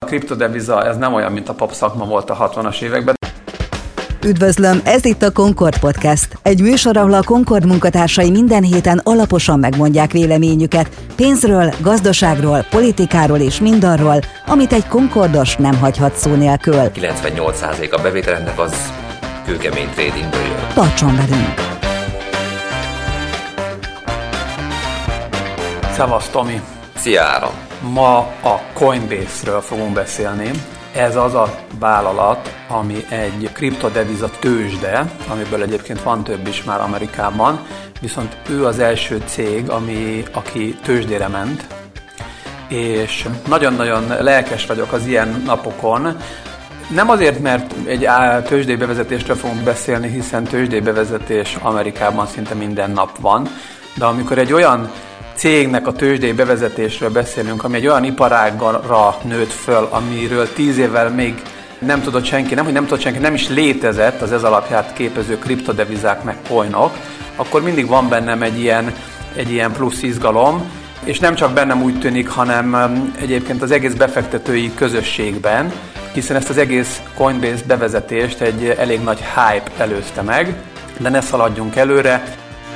kriptodeviza, ez nem olyan, mint a pop szakma volt a 60-as években. Üdvözlöm, ez itt a Concord Podcast. Egy műsor, ahol a Concord munkatársai minden héten alaposan megmondják véleményüket pénzről, gazdaságról, politikáról és mindarról, amit egy Concordos nem hagyhat szó nélkül. 98% a bevételnek az kőkemény tradingből jön. Tartson velünk! Szevasz, Tomi! Szia, Áron! Ma a Coinbase-ről fogunk beszélni. Ez az a vállalat, ami egy kriptodeviza tőzsde, amiből egyébként van több is már Amerikában, viszont ő az első cég, aki tőzsdére ment, és nagyon-nagyon lelkes vagyok az ilyen napokon. Nem azért, mert egy tőzsdei bevezetésről fogunk beszélni, hiszen tőzsdei bevezetés Amerikában szinte minden nap van, de amikor egy olyan cégnek a tőzsdei bevezetésről beszélünk, ami egy olyan iparágra nőtt föl, amiről 10 évvel még nem tudott senki, nem is létezett az ez alapját képező kriptodevizák meg coinok, akkor mindig van bennem egy ilyen plusz izgalom, és nem csak bennem úgy tűnik, hanem egyébként az egész befektetői közösségben, hiszen ezt az egész Coinbase bevezetést egy elég nagy hype előzte meg, de ne szaladjunk előre.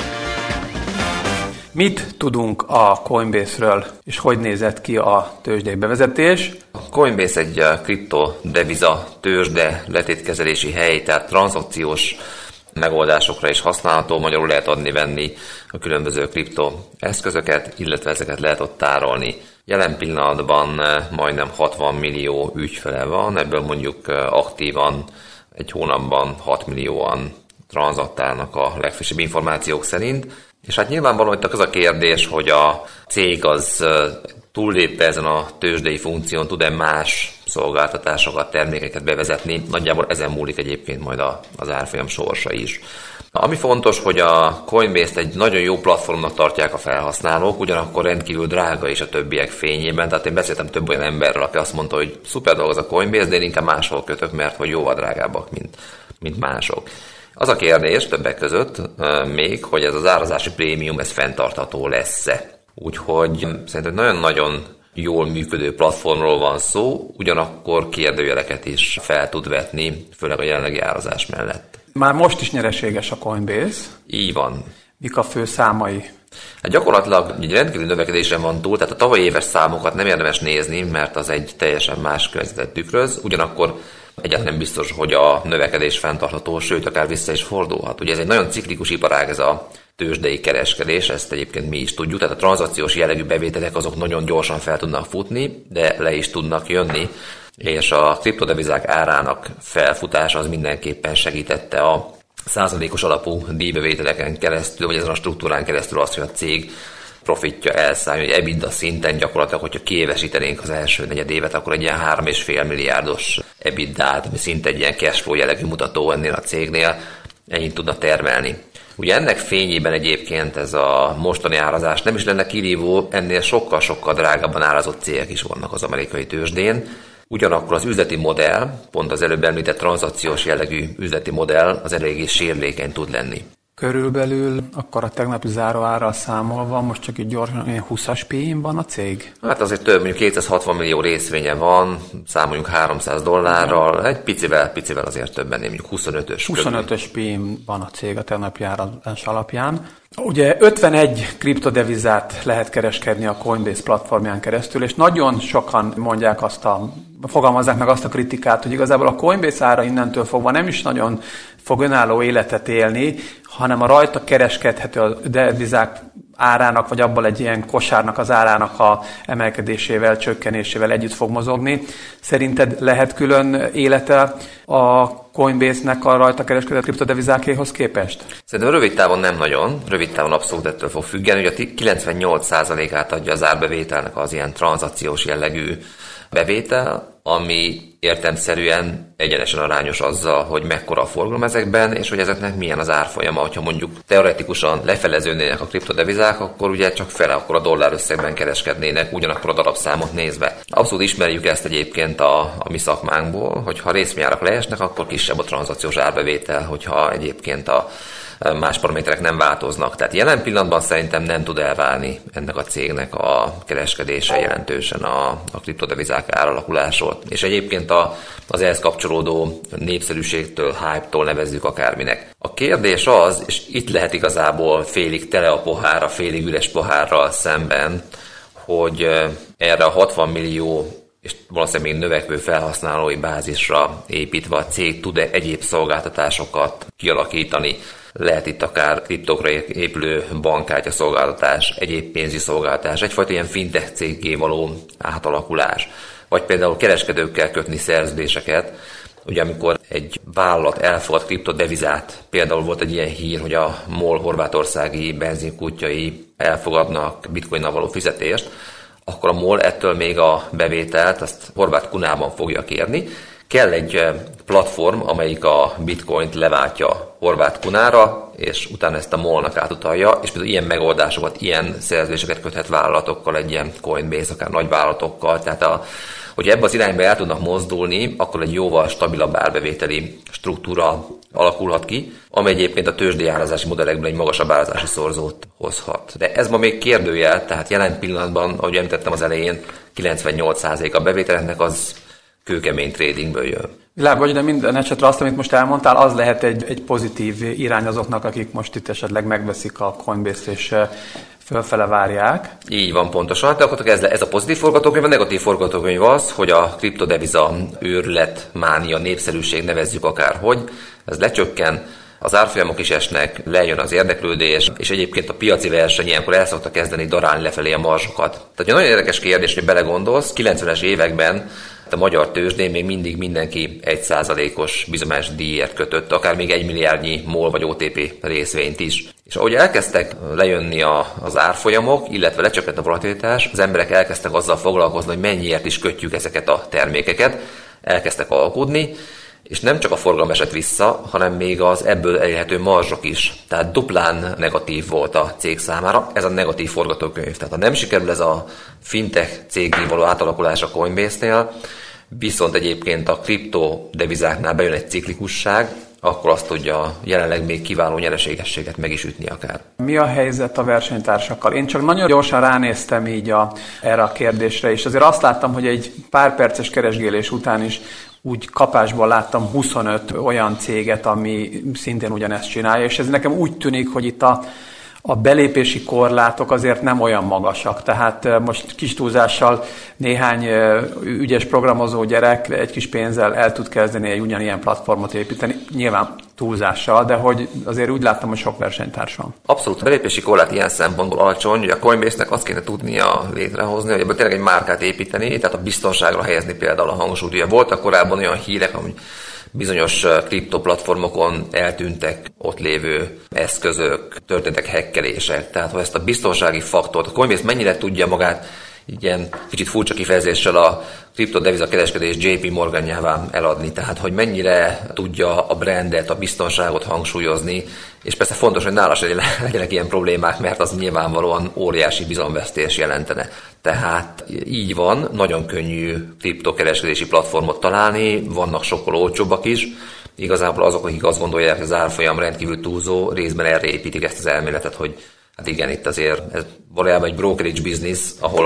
Mit tudunk a Coinbase-ről, és hogy nézett ki a tőzsdei bevezetés? A Coinbase egy kriptodeviza tőzsde letétkezelési hely, tehát tranzakciós megoldásokra is használható, magyarul lehet adni-venni a különböző kriptoeszközöket, illetve ezeket lehet ott tárolni. Jelen pillanatban majdnem 60 millió ügyfele van, ebből mondjuk aktívan egy hónapban 6 millióan tranzaktálnak a legfrissebb információk szerint. És hát nyilvánvalóan itt az a kérdés, hogy a cég az túllépve ezen a tőzsdei funkción tud-e más szolgáltatásokat, termékeket bevezetni. Nagyjából ezen múlik egyébként majd az árfolyam sorsa is. Ami fontos, hogy a Coinbase-t egy nagyon jó platformnak tartják a felhasználók, ugyanakkor rendkívül drága is a többiek fényében. Tehát én beszéltem több olyan emberrel, aki azt mondta, hogy szuper dolog az a Coinbase, de én inkább máshol kötök, mert hogy jóval drágábbak, mint mások. Az a kérdés többek között még, hogy ez az árazási prémium, ez fenntartható lesz-e. Úgyhogy szerintem nagyon-nagyon jól működő platformról van szó, ugyanakkor kérdőjeleket is fel tud vetni, főleg a jelenlegi árazás mellett. Már most is nyereséges a Coinbase. Így van. Mik a fő számai? Hát gyakorlatilag egy rendkívül növekedésre van túl, tehát a tavalyi éves számokat nem érdemes nézni, mert az egy teljesen más környezetet tükröz, ugyanakkor egyáltalán nem biztos, hogy a növekedés fenntartható, sőt, akár vissza is fordulhat. Ugye ez egy nagyon ciklikus iparág, ez a tőzsdei kereskedés, ezt egyébként mi is tudjuk, tehát a tranzakciós jellegű bevételek azok nagyon gyorsan fel tudnak futni, de le is tudnak jönni, és a kriptodevizák árának felfutása az mindenképpen segítette a százalékos alapú díjbevételeken keresztül, vagy ezen a struktúrán keresztül azt, hogy a cég profitja elszálljon, hogy EBITDA szinten gyakorlatilag, hogyha kiévesítenénk az első negyedévet, akkor egy ilyen 3,5 milliárdos EBITDA-t, ami szinte egy ilyen cashflow jellegű mutató ennél a cégnél, ennyit tudna termelni. Ugye ennek fényében egyébként ez a mostani árazás nem is lenne kirívó, ennél sokkal-sokkal drágábban árazott cégek is vannak az amerikai tőzsdén. Ugyanakkor az üzleti modell, pont az előbb említett tranzakciós jellegű üzleti modell az eléggé sérülékeny tud lenni. Körülbelül akkor a tegnapi záróárral számolva most csak egy gyorsan 20-as P-n van a cég? Hát azért több, mondjuk 260 millió részvénye van, számoljunk $300, egy picivel azért többen, mondjuk 25-ös P-n van a cég a tegnapi árazás alapján. Ugye 51 kriptodevizát lehet kereskedni a Coinbase platformján keresztül, és nagyon sokan fogalmazzák meg azt a kritikát, hogy igazából a Coinbase ára innentől fogva nem is nagyon fog önálló életet élni, hanem a rajta kereskedhető a devizák árának, vagy abból egy ilyen kosárnak az árának a emelkedésével, csökkenésével együtt fog mozogni. Szerinted lehet külön élete a Coinbase-nek a rajta kereskedett kriptodevizákéhoz képest? Szerintem rövid távon nem nagyon, rövid távon abszolút ettől fog függeni, hogy a 98%-át adja az árbevételnek az ilyen tranzakciós jellegű bevétel, ami értelemszerűen egyenesen arányos azzal, hogy mekkora a forgalom ezekben, és hogy ezeknek milyen az árfolyama. Hogyha mondjuk teoretikusan lefeleződnének a kriptodevizák, akkor ugye csak fele akkor a dollár összegben kereskednének, ugyanakkor a darabszámot nézve. Abszolút ismerjük ezt egyébként a mi szakmánkból, hogy ha részvényárak leesnek, akkor kisebb a tranzakciós árbevétel, hogyha egyébként a más paraméterek nem változnak. Tehát jelen pillanatban szerintem nem tud elválni ennek a cégnek a kereskedése jelentősen a kriptodevizák áralakulásról. És egyébként az ehhez kapcsolódó népszerűségtől, hype-tól nevezzük akárminek. A kérdés az, és itt lehet igazából félig tele a pohár, félig üres pohárral szemben, hogy erre a 60 millió és valószínűleg még növekvő felhasználói bázisra építve a cég tud-e egyéb szolgáltatásokat kialakítani. Lehet itt akár kriptokra épülő bankkártya szolgáltatás, egyéb pénzügyi szolgáltatás, egyfajta ilyen fintech céggé való átalakulás. Vagy például kereskedőkkel kötni szerződéseket. Ugye amikor egy vállalat elfogad kriptodevizát, például volt egy ilyen hír, hogy a MOL horvátországi benzinkútjai elfogadnak bitcoinnal való fizetést, akkor a MOL ettől még a bevételt azt horvát kunában fogja kérni. Kell egy platform, amelyik a bitcoint leváltja horvát kunára, és utána ezt a MOL-nak átutalja, és például ilyen megoldásokat, ilyen szerződéseket köthet vállalatokkal, egy ilyen Coinbase, akár nagy vállalatokkal. Tehát hogy ebbe az irányba el tudnak mozdulni, akkor egy jóval stabilabb árbevételi struktúra alakulhat ki, ami egyébként a tőzsdei árazási modellekben egy magasabb árazási szorzót hozhat. De ez ma még kérdőjel, tehát jelen pillanatban, ahogy említettem az elején, 98% a bevételeknek az kőkemény tradingből jön. Világos, de minden esetre azt, amit most elmondtál, az lehet egy pozitív irány azoknak, akik most itt esetleg megveszik a Coinbase-t és fölfele várják. Így van, pontosan. De akkor ez a pozitív forgatókönyv, a negatív forgatókönyv az, hogy a kriptodeviza őrület, mánia, népszerűség, nevezzük akárhogy, ez lecsökken, az árfolyamok is esnek, lejön az érdeklődés, és egyébként a piaci verseny ilyenkor el szokta kezdeni darálni lefelé a marzsokat. Tehát egy nagyon érdekes kérdés, hogy belegondolsz, 90-es években a magyar tőzsdén még mindig mindenki 1%-os bizonyos díjért kötött, akár még 1 milliárdnyi MOL vagy OTP részvényt is. És ahogy elkezdtek lejönni az árfolyamok, illetve lecsökkent a volatilitás, az emberek elkezdtek azzal foglalkozni, hogy mennyiért is kötjük ezeket a termékeket, elkezdtek alkudni, és nem csak a forgalom esett vissza, hanem még az ebből elérhető marzsok is. Tehát duplán negatív volt a cég számára. Ez a negatív forgatókönyv. Tehát ha nem sikerül ez a fintech céggé való átalakulás a Coinbase-nél, viszont egyébként a kriptodevizáknál bejön egy ciklikusság, akkor azt tudja jelenleg még kiváló nyereségességet meg is ütni akár. Mi a helyzet a versenytársakkal? Én csak nagyon gyorsan ránéztem így erre a kérdésre, és azért azt láttam, hogy egy pár perces keresgélés után is úgy kapásból láttam 25 olyan céget, ami szintén ugyanezt csinálja, és ez nekem úgy tűnik, hogy itt a belépési korlátok azért nem olyan magasak. Tehát most kis túlzással néhány ügyes programozó gyerek egy kis pénzzel el tud kezdeni egy ugyanilyen platformot építeni. Nyilván túlzással, de hogy azért úgy láttam, hogy sok versenytársam. Abszolút. A belépési korlát ilyen szempontból alacsony, hogy a Coinbase-nek azt kéne tudnia létrehozni, hogy ebből tényleg egy márkát építeni, tehát a biztonságra helyezni például a hangsúlyt. Ugye voltak korábban olyan hírek, hogy bizonyos kriptoplatformokon eltűntek ott lévő eszközök, történtek hekkelések. Tehát, hogy ezt a biztonsági faktort, a Coinbase mennyire tudja magát ilyen kicsit furcsa kifejezéssel a kriptodeviza kereskedés JP Morganjává eladni, tehát hogy mennyire tudja a brandet, a biztonságot hangsúlyozni, és persze fontos, hogy nála se legyenek ilyen problémák, mert az nyilvánvalóan óriási bizalomvesztés jelentene. Tehát így van, nagyon könnyű kriptokereskedési platformot találni, vannak sokkal olcsóbbak is. Igazából azok, akik azt gondolják, hogy az árfolyam rendkívül túlzó, részben erre építik ezt az elméletet, hogy hát igen, itt azért ez valójában egy brokerage business, ahol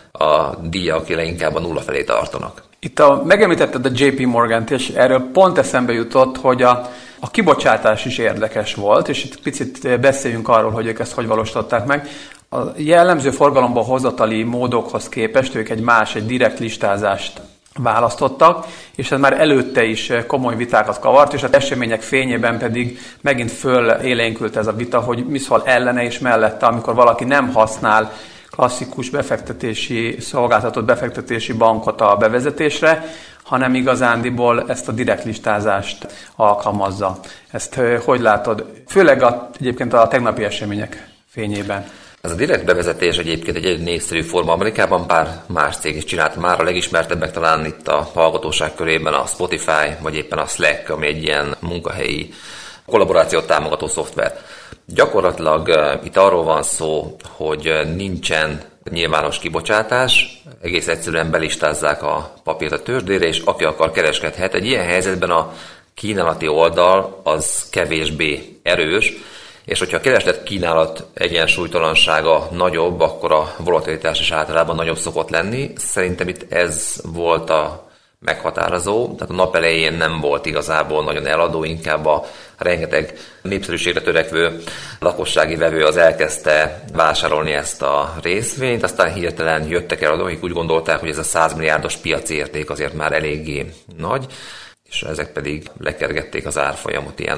a díjak leginkább a nulla felé tartanak. Itt megemlítetted a JP Morgant, és erről pont eszembe jutott, hogy a kibocsátás is érdekes volt, és itt picit beszéljünk arról, hogy ők ezt hogy valósították meg. A jellemző forgalomba hozatali módokhoz képest ők egy direkt listázást választottak, és ez már előtte is komoly vitákat kavart, és az események fényében pedig megint fölélénkült ez a vita, hogy mi szól ellene és mellette, amikor valaki nem használ klasszikus befektetési, szolgáltatott befektetési bankot a bevezetésre, hanem igazándiból ezt a direkt listázást alkalmazza. Ezt hogy látod? Főleg egyébként a tegnapi események fényében. Ez a direkt bevezetés egyébként egy népszerű forma Amerikában, pár más cég is csinált már, a legismertebbek talán itt a hallgatóság körében a Spotify, vagy éppen a Slack, ami egy ilyen munkahelyi kollaborációt támogató szoftver. Gyakorlatilag itt arról van szó, hogy nincsen nyilvános kibocsátás, egész egyszerűen belistázzák a papírt a tőzsdére, és aki akar kereskedhet. Egy ilyen helyzetben a kínálati oldal az kevésbé erős, És hogyha a kereslet-kínálat egyensúlytalansága nagyobb, akkor a volatilitás is általában nagyobb szokott lenni. Szerintem itt ez volt a meghatározó, tehát a nap elején nem volt igazából nagyon eladó, inkább a rengeteg népszerűségre törekvő lakossági vevő az elkezdte vásárolni ezt a részvényt, aztán hirtelen jöttek eladók, akik úgy gondolták, hogy ez a 100 milliárdos piaci érték azért már eléggé nagy, és ezek pedig lekergették az árfolyamot ilyen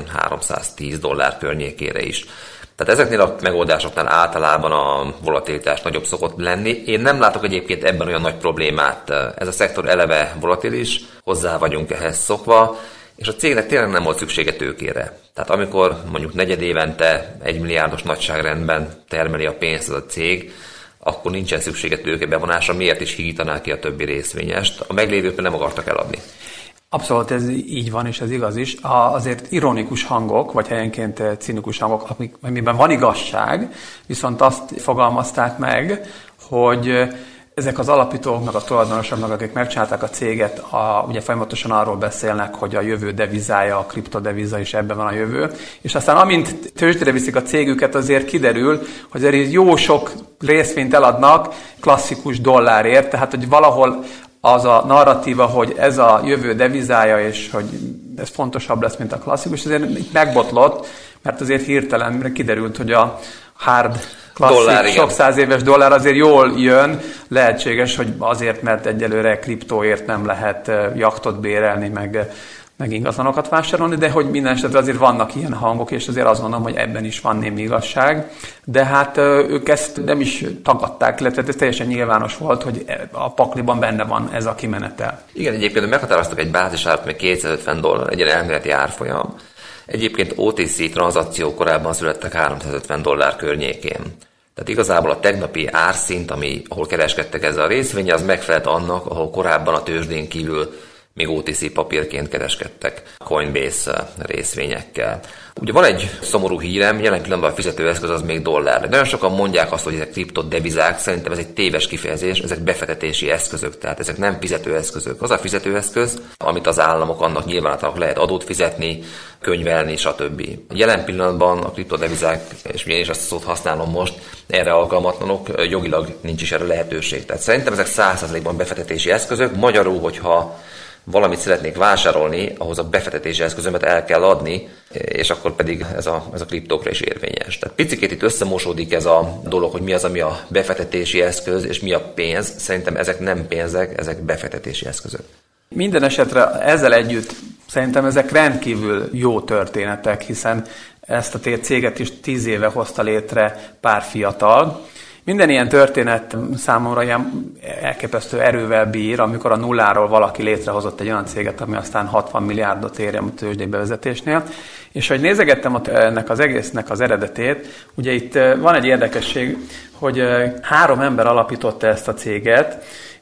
$310 környékére is. Tehát ezeknél a megoldásoknál általában a volatilitás nagyobb szokott lenni. Én nem látok egyébként ebben olyan nagy problémát. Ez a szektor eleve volatilis, hozzá vagyunk ehhez szokva, és a cégnek tényleg nem volt szüksége tőkére. Tehát amikor mondjuk negyedévente 1 milliárdos nagyságrendben termeli a pénzt ez a cég, akkor nincsen szüksége tőkebevonásra, miért is hígítaná ki a többi részvényest. A meglévőt nem akartak eladni. Abszolút ez így van, és ez igaz is. Azért ironikus hangok, vagy helyenként cinikus hangok, amiben van igazság, viszont azt fogalmazták meg, hogy ezek az alapítók, meg a tulajdonosok, akik megcsinálták a céget, ugye folyamatosan arról beszélnek, hogy a jövő devizája, a kriptodeviza is ebben van a jövő, és aztán amint tőzsdére viszik a cégüket, azért kiderül, hogy azért jó sok részvényt eladnak klasszikus dollárért, tehát hogy valahol az a narratíva, hogy ez a jövő devizája, és hogy ez fontosabb lesz, mint a klasszikus, azért itt megbotlott, mert azért hirtelen kiderült, hogy a hard klasszik, sok 100 éves dollár azért jól jön, lehetséges, hogy azért, mert egyelőre kriptóért nem lehet jachtot bérelni, meg ingatlanokat vásárolni, de hogy minden esetre azért vannak ilyen hangok, és azért azt gondolom, hogy ebben is van némi igazság. De hát ők ezt nem is tagadták, illetve ez teljesen nyilvános volt, hogy a pakliban benne van ez a kimenetel. Igen, egyébként meghatároztak egy bázisárat, meg $250, egy elméleti árfolyam. Egyébként OTC tranzakciók korábban születtek $350 környékén. Tehát igazából a tegnapi árszint, ahol kereskedtek ezzel a részvény, az megfelelt annak, ahol korábban a tőzsdén kívül még OTC papírként kereskedtek Coinbase részvényekkel. Ugye van egy szomorú hírem, jelen pillanatban a fizetőeszköz az még dollár. De nagyon sokan mondják azt, hogy ezek kriptodevizák, szerintem ez egy téves kifejezés, ezek befektetési eszközök, tehát ezek nem fizetőeszközök. Az a fizetőeszköz, amit az államok annak nyilvánítanak, lehet adót fizetni, könyvelni, stb. Jelen pillanatban a kriptodevizák, és én is azt a szót használom most, erre alkalmatlanok, jogilag nincs is erre lehetőség. Tehát szerintem ezek 100%-ban befektetési eszközök, magyarul, hogyha valamit szeretnék vásárolni, ahhoz a befektetési eszközömet el kell adni, és akkor pedig ez a kriptókra is érvényes. Tehát picikét itt összemosódik ez a dolog, hogy mi az, ami a befektetési eszköz, és mi a pénz. Szerintem ezek nem pénzek, ezek befektetési eszközök. Minden esetre ezzel együtt szerintem ezek rendkívül jó történetek, hiszen ezt a céget is 10 éve hozta létre pár fiatal. Minden ilyen történet számomra ilyen elképesztő erővel bír, amikor a nulláról valaki létrehozott egy olyan céget, ami aztán 60 milliárdot ér a tőzsdei bevezetésnél. És hogy nézegettem ennek az egésznek az eredetét, ugye itt van egy érdekesség, hogy 3 ember alapította ezt a céget.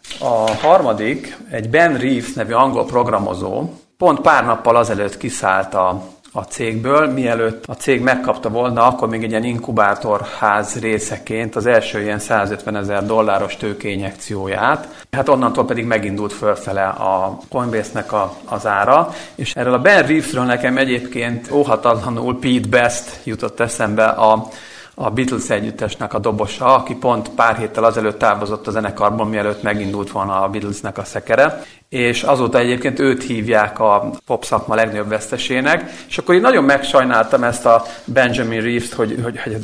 A harmadik, egy Ben Reeves nevű angol programozó, pont pár nappal azelőtt kiszállt a cégből, mielőtt a cég megkapta volna, akkor még egy ilyen inkubátorház részeként az első ilyen $150,000 tőkeinjekcióját. Hát onnantól pedig megindult fölfele a Coinbase-nek az ára, és erről a Ben Reevesről nekem egyébként óhatatlanul Pete Best jutott eszembe, a Beatles együttesnek a dobosa, aki pont pár héttel azelőtt távozott a zenekarból, mielőtt megindult volna a Beatlesnek a szekere, és azóta egyébként őt hívják a pop szakma legnagyobb vesztesének, és akkor én nagyon megsajnáltam ezt a Benjamin Reeves-t, hogy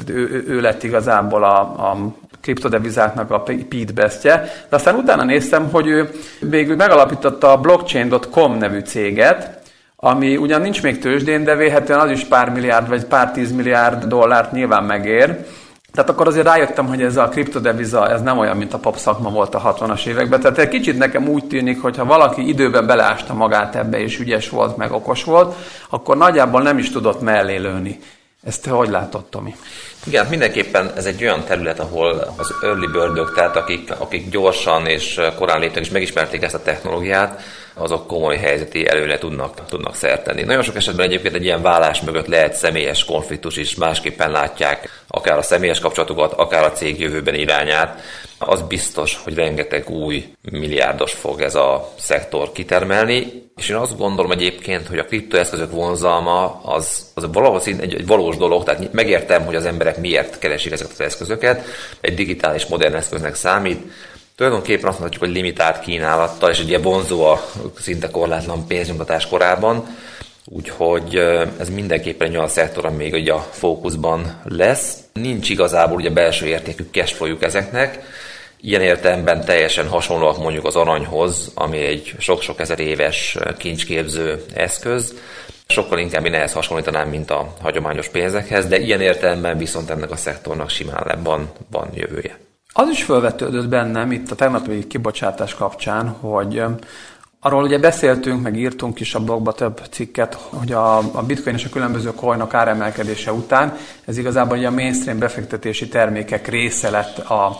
ő lett igazából a kriptodevizáknak a Pete Bestje, de aztán utána néztem, hogy ő végül megalapította a blockchain.com nevű céget, ami ugyan nincs még tőzsdén, de véhetően az is pár milliárd vagy pár 10 milliárd dollárt nyilván megér. Tehát akkor azért rájöttem, hogy ez a kriptodeviza, ez nem olyan, mint a pop szakma volt a 60-as években. Tehát egy kicsit nekem úgy tűnik, hogy ha valaki időben beleásta magát ebbe, és ügyes volt, meg okos volt, akkor nagyjából nem is tudott mellé lőni. Ezt te hogy látod, Tomi? Igen, mindenképpen ez egy olyan terület, ahol az early birdök, tehát akik gyorsan és korán léptek és megismerték ezt a technológiát, azok komoly helyzeti előnyre tudnak szert tenni. Nagyon sok esetben egyébként egy ilyen vállás mögött lehet személyes konfliktus is, másképpen látják akár a személyes kapcsolatokat, akár a cég jövőben irányát. Az biztos, hogy rengeteg új milliárdos fog ez a szektor kitermelni, és én azt gondolom egyébként, hogy a kriptoeszközök vonzalma az valahol egy valós dolog, tehát megértem, hogy az emberek miért keresik ezeket az eszközöket, egy digitális modern eszköznek számít. Tulajdonképpen azt mondhatjuk, hogy limitált kínálattal, és egy ilyen vonzó a szinte korlátlan pénznyomtatás korában, úgyhogy ez mindenképpen egy olyan szektor, ami még ugye a fókuszban lesz. Nincs igazából ugye belső értékű cashflow-juk ezeknek, ilyen értelemben teljesen hasonlóak mondjuk az aranyhoz, ami egy sok-sok ezer éves kincsképző eszköz. Sokkal inkább én ehhez hasonlítanám, mint a hagyományos pénzekhez, de ilyen értelemben viszont ennek a szektornak simán van jövője. Az is felvetődött bennem itt a tegnapi kibocsátás kapcsán, hogy arról ugye beszéltünk, meg írtunk is a blogba több cikket, hogy a bitcoin és a különböző coinok áremelkedése után ez igazából ugye a mainstream befektetési termékek része lett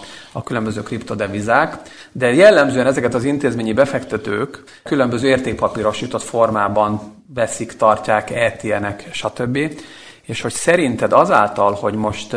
a különböző kriptodevizák, de jellemzően ezeket az intézményi befektetők különböző értékpapírosított formában veszik, tartják, ETN-ek, stb. És hogy szerinted azáltal, hogy most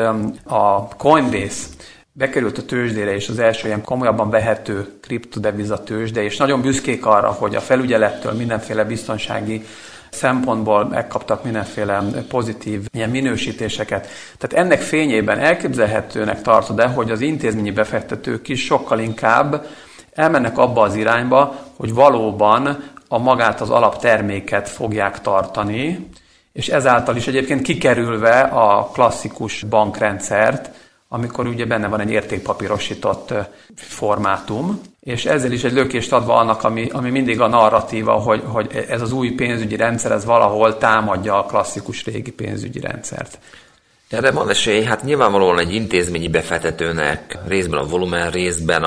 a Coinbase bekerült a tőzsdére, és az első ilyen komolyabban vehető kriptodeviza tőzsde, és nagyon büszkék arra, hogy a felügyelettől mindenféle biztonsági szempontból megkaptak mindenféle pozitív ilyen minősítéseket. Tehát ennek fényében elképzelhetőnek tartod-e, hogy az intézményi befektetők is sokkal inkább elmennek abba az irányba, hogy valóban magát az alapterméket fogják tartani, és ezáltal is egyébként kikerülve a klasszikus bankrendszert, amikor ugye benne van egy értékpapírosított formátum, és ezzel is egy lökést adva annak, ami mindig a narratíva, hogy ez az új pénzügyi rendszer, ez valahol támadja a klasszikus régi pénzügyi rendszert. Erre van esély, hát nyilvánvalóan egy intézményi befektetőnek részben a volumen, részben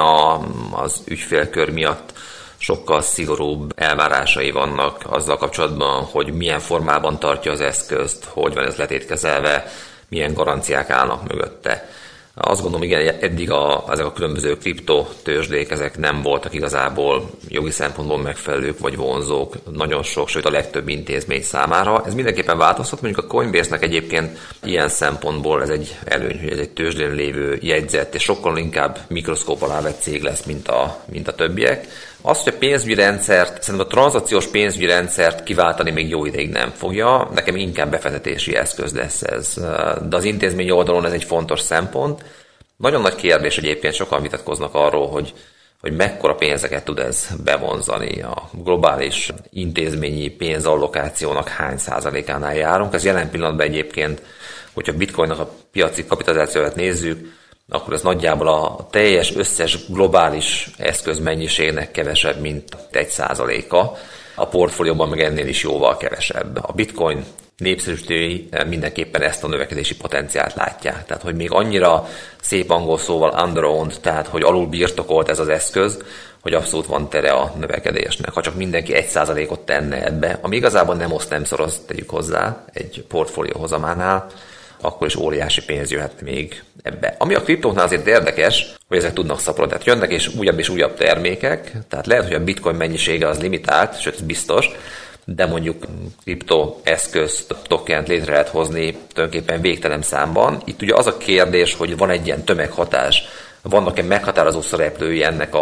az ügyfélkör miatt sokkal szigorúbb elvárásai vannak azzal kapcsolatban, hogy milyen formában tartja az eszközt, hogy van ez letétkezelve, milyen garanciák állnak mögötte. Azt gondolom, igen, eddig ezek a különböző kriptotőzsdék, ezek nem voltak igazából jogi szempontból megfelelők vagy vonzók nagyon sok, sőt a legtöbb intézmény számára. Ez mindenképpen változtat, mondjuk a Coinbase-nek egyébként ilyen szempontból ez egy előny, hogy ez egy tőzsdén lévő jegyzett, és sokkal inkább mikroszkóp alá vett cég lesz, mint a többiek. Az, hogy a pénzügyi rendszert, szerintem a tranzakciós pénzügyi rendszert kiváltani még jó ideig nem fogja, nekem inkább befektetési eszköz lesz ez. De az intézmény oldalon ez egy fontos szempont. Nagyon nagy kérdés egyébként, sokan vitatkoznak arról, hogy mekkora pénzeket tud ez bevonzani. A globális intézményi pénzallokációnak hány százalékánál járunk. Ez jelen pillanatban egyébként, hogyha bitcoinnak a piaci kapitalizációját nézzük, akkor ez nagyjából a teljes összes globális eszközmennyiségnek kevesebb, mint 1%-a. A portfólióban meg ennél is jóval kevesebb. A bitcoin népszerűsítői mindenképpen ezt a növekedési potenciált látják. Tehát, hogy még annyira szép angol szóval underowned, tehát, hogy alul birtokolt ez az eszköz, hogy abszolút van tere a növekedésnek. Ha csak mindenki 1%-ot tenne ebbe, ami igazából nem oszt, nem szoroz, tegyük hozzá egy portfólió hozamánál, akkor is óriási pénz jöhet még ebbe. Ami a kriptóknál azért érdekes, hogy ezek tudnak szaporodni. Tehát jönnek és újabb termékek, tehát lehet, hogy a bitcoin mennyisége az limitált, sőt ez biztos, de mondjuk kriptoeszközt, tokent létre lehet hozni tulajdonképpen végtelen számban. Itt ugye az a kérdés, hogy van egy ilyen tömeghatás, vannak-e meghatározó szereplői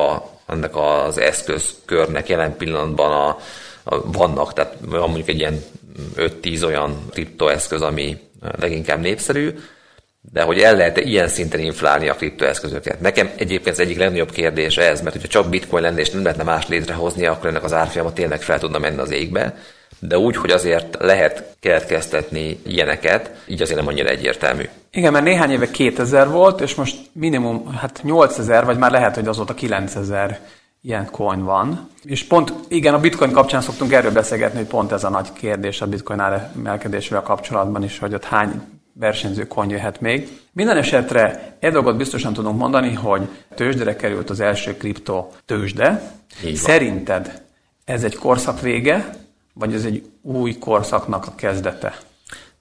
ennek az eszközkörnek jelen pillanatban vannak, tehát van mondjuk egy ilyen 5-10 olyan kriptoeszköz, ami leginkább népszerű, de hogy el lehet-e ilyen szinten inflálni a kriptoeszközöket. Nekem egyébként az egyik legnagyobb kérdés ez, mert hogyha csak bitcoin lenne és nem lehetne más létrehozni, akkor ennek az árfolyama tényleg fel tudna menni az égbe, de úgy, hogy azért lehet keletkeztetni ilyeneket, így azért nem annyira egyértelmű. Igen, mert néhány éve 2000 volt, és most minimum 8000, vagy már lehet, hogy azóta 9000 ilyen coin van. És pont, igen, a bitcoin kapcsán szoktunk erről beszélgetni, hogy pont ez a nagy kérdés a bitcoin áremelkedésével kapcsolatban is, hogy ott hány versenyző coin jöhet még. Minden esetre egy dolgot biztosan tudunk mondani, hogy tőzsdére került az első kripto tőzsde. Szerinted ez egy korszak vége, vagy ez egy új korszaknak a kezdete?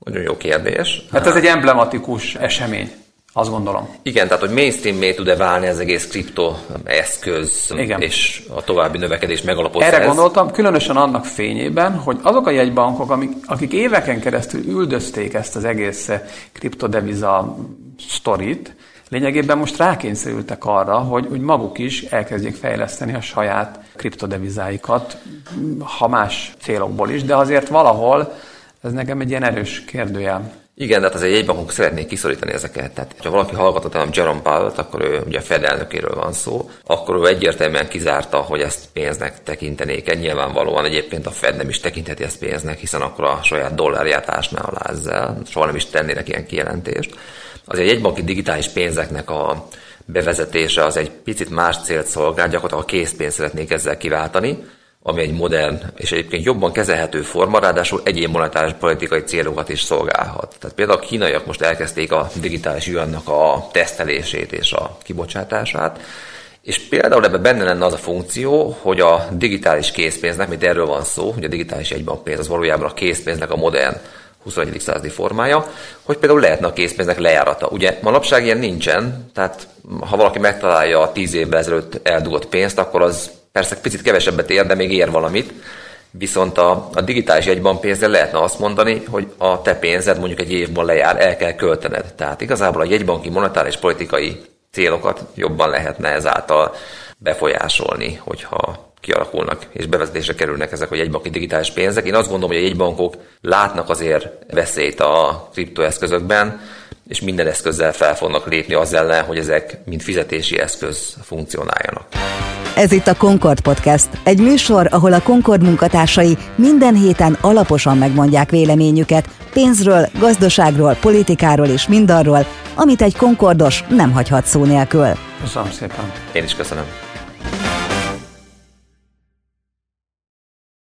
Nagyon jó kérdés. Hát ez egy emblematikus esemény, azt gondolom. Igen, tehát hogy mainstream-mé tud-e válni ez egész kriptoeszköz, és a további növekedés megalapozza. Erre gondoltam, különösen annak fényében, hogy azok a jegybankok, akik éveken keresztül üldözték ezt az egész kriptodeviza sztorit, lényegében most rákényszerültek arra, hogy maguk is elkezdjék fejleszteni a saját kriptodevizáikat, ha más célokból is, de azért valahol ez nekem egy ilyen erős kérdőjel. Igen, de hát azért jegybankok szeretnék kiszorítani ezeket. Tehát, ha valaki hallgatott a Jerome Powell-t, akkor ő ugye a Fed elnökéről van szó, akkor ő egyértelműen kizárta, hogy ezt pénznek tekintenék. Nyilvánvalóan egyébként a Fed nem is tekintheti ezt pénznek, hiszen akkor a saját dollárját ásná alá ezzel, soha nem is tennének ilyen kijelentést. Azért a jegybanki digitális pénzeknek a bevezetése az egy picit más célt szolgál, gyakorlatilag a készpénzt szeretnék ezzel kiváltani, ami egy modern és egyébként jobban kezelhető forma, ráadásul egyéb monetáris politikai célokat is szolgálhat. Tehát például a kínaiak most elkezdték a digitális yuannak a tesztelését és a kibocsátását, és például ebben benne lenne az a funkció, hogy a digitális készpénznek, mint erről van szó, hogy a digitális egybankpénz az valójában a készpénznek a modern 21. századi formája, hogy például lehetne a készpénznek lejárata. Ugye manapság ilyen nincsen, tehát ha valaki megtalálja a 10 évvel ezelőtt eldugott pénzt, akkor az persze picit kevesebbet ér, de még ér valamit. Viszont a digitális jegybankpénzzel lehetne azt mondani, hogy a te pénzed mondjuk egy évben lejár, el kell költened. Tehát igazából a jegybanki monetáris politikai célokat jobban lehetne ezáltal befolyásolni, hogyha kialakulnak és bevezetésre kerülnek ezek a jegybanki digitális pénzek. Én azt gondolom, hogy a jegybankok látnak azért veszélyt a kriptoeszközökben, és minden eszközzel fel fognak lépni az ellen, hogy ezek mint fizetési eszköz funkcionáljanak. Ez itt a Concord Podcast, egy műsor, ahol a Concord munkatársai minden héten alaposan megmondják véleményüket pénzről, gazdaságról, politikáról és mindarról, amit egy Concordos nem hagyhat szó nélkül. Köszönöm szépen. Én is köszönöm.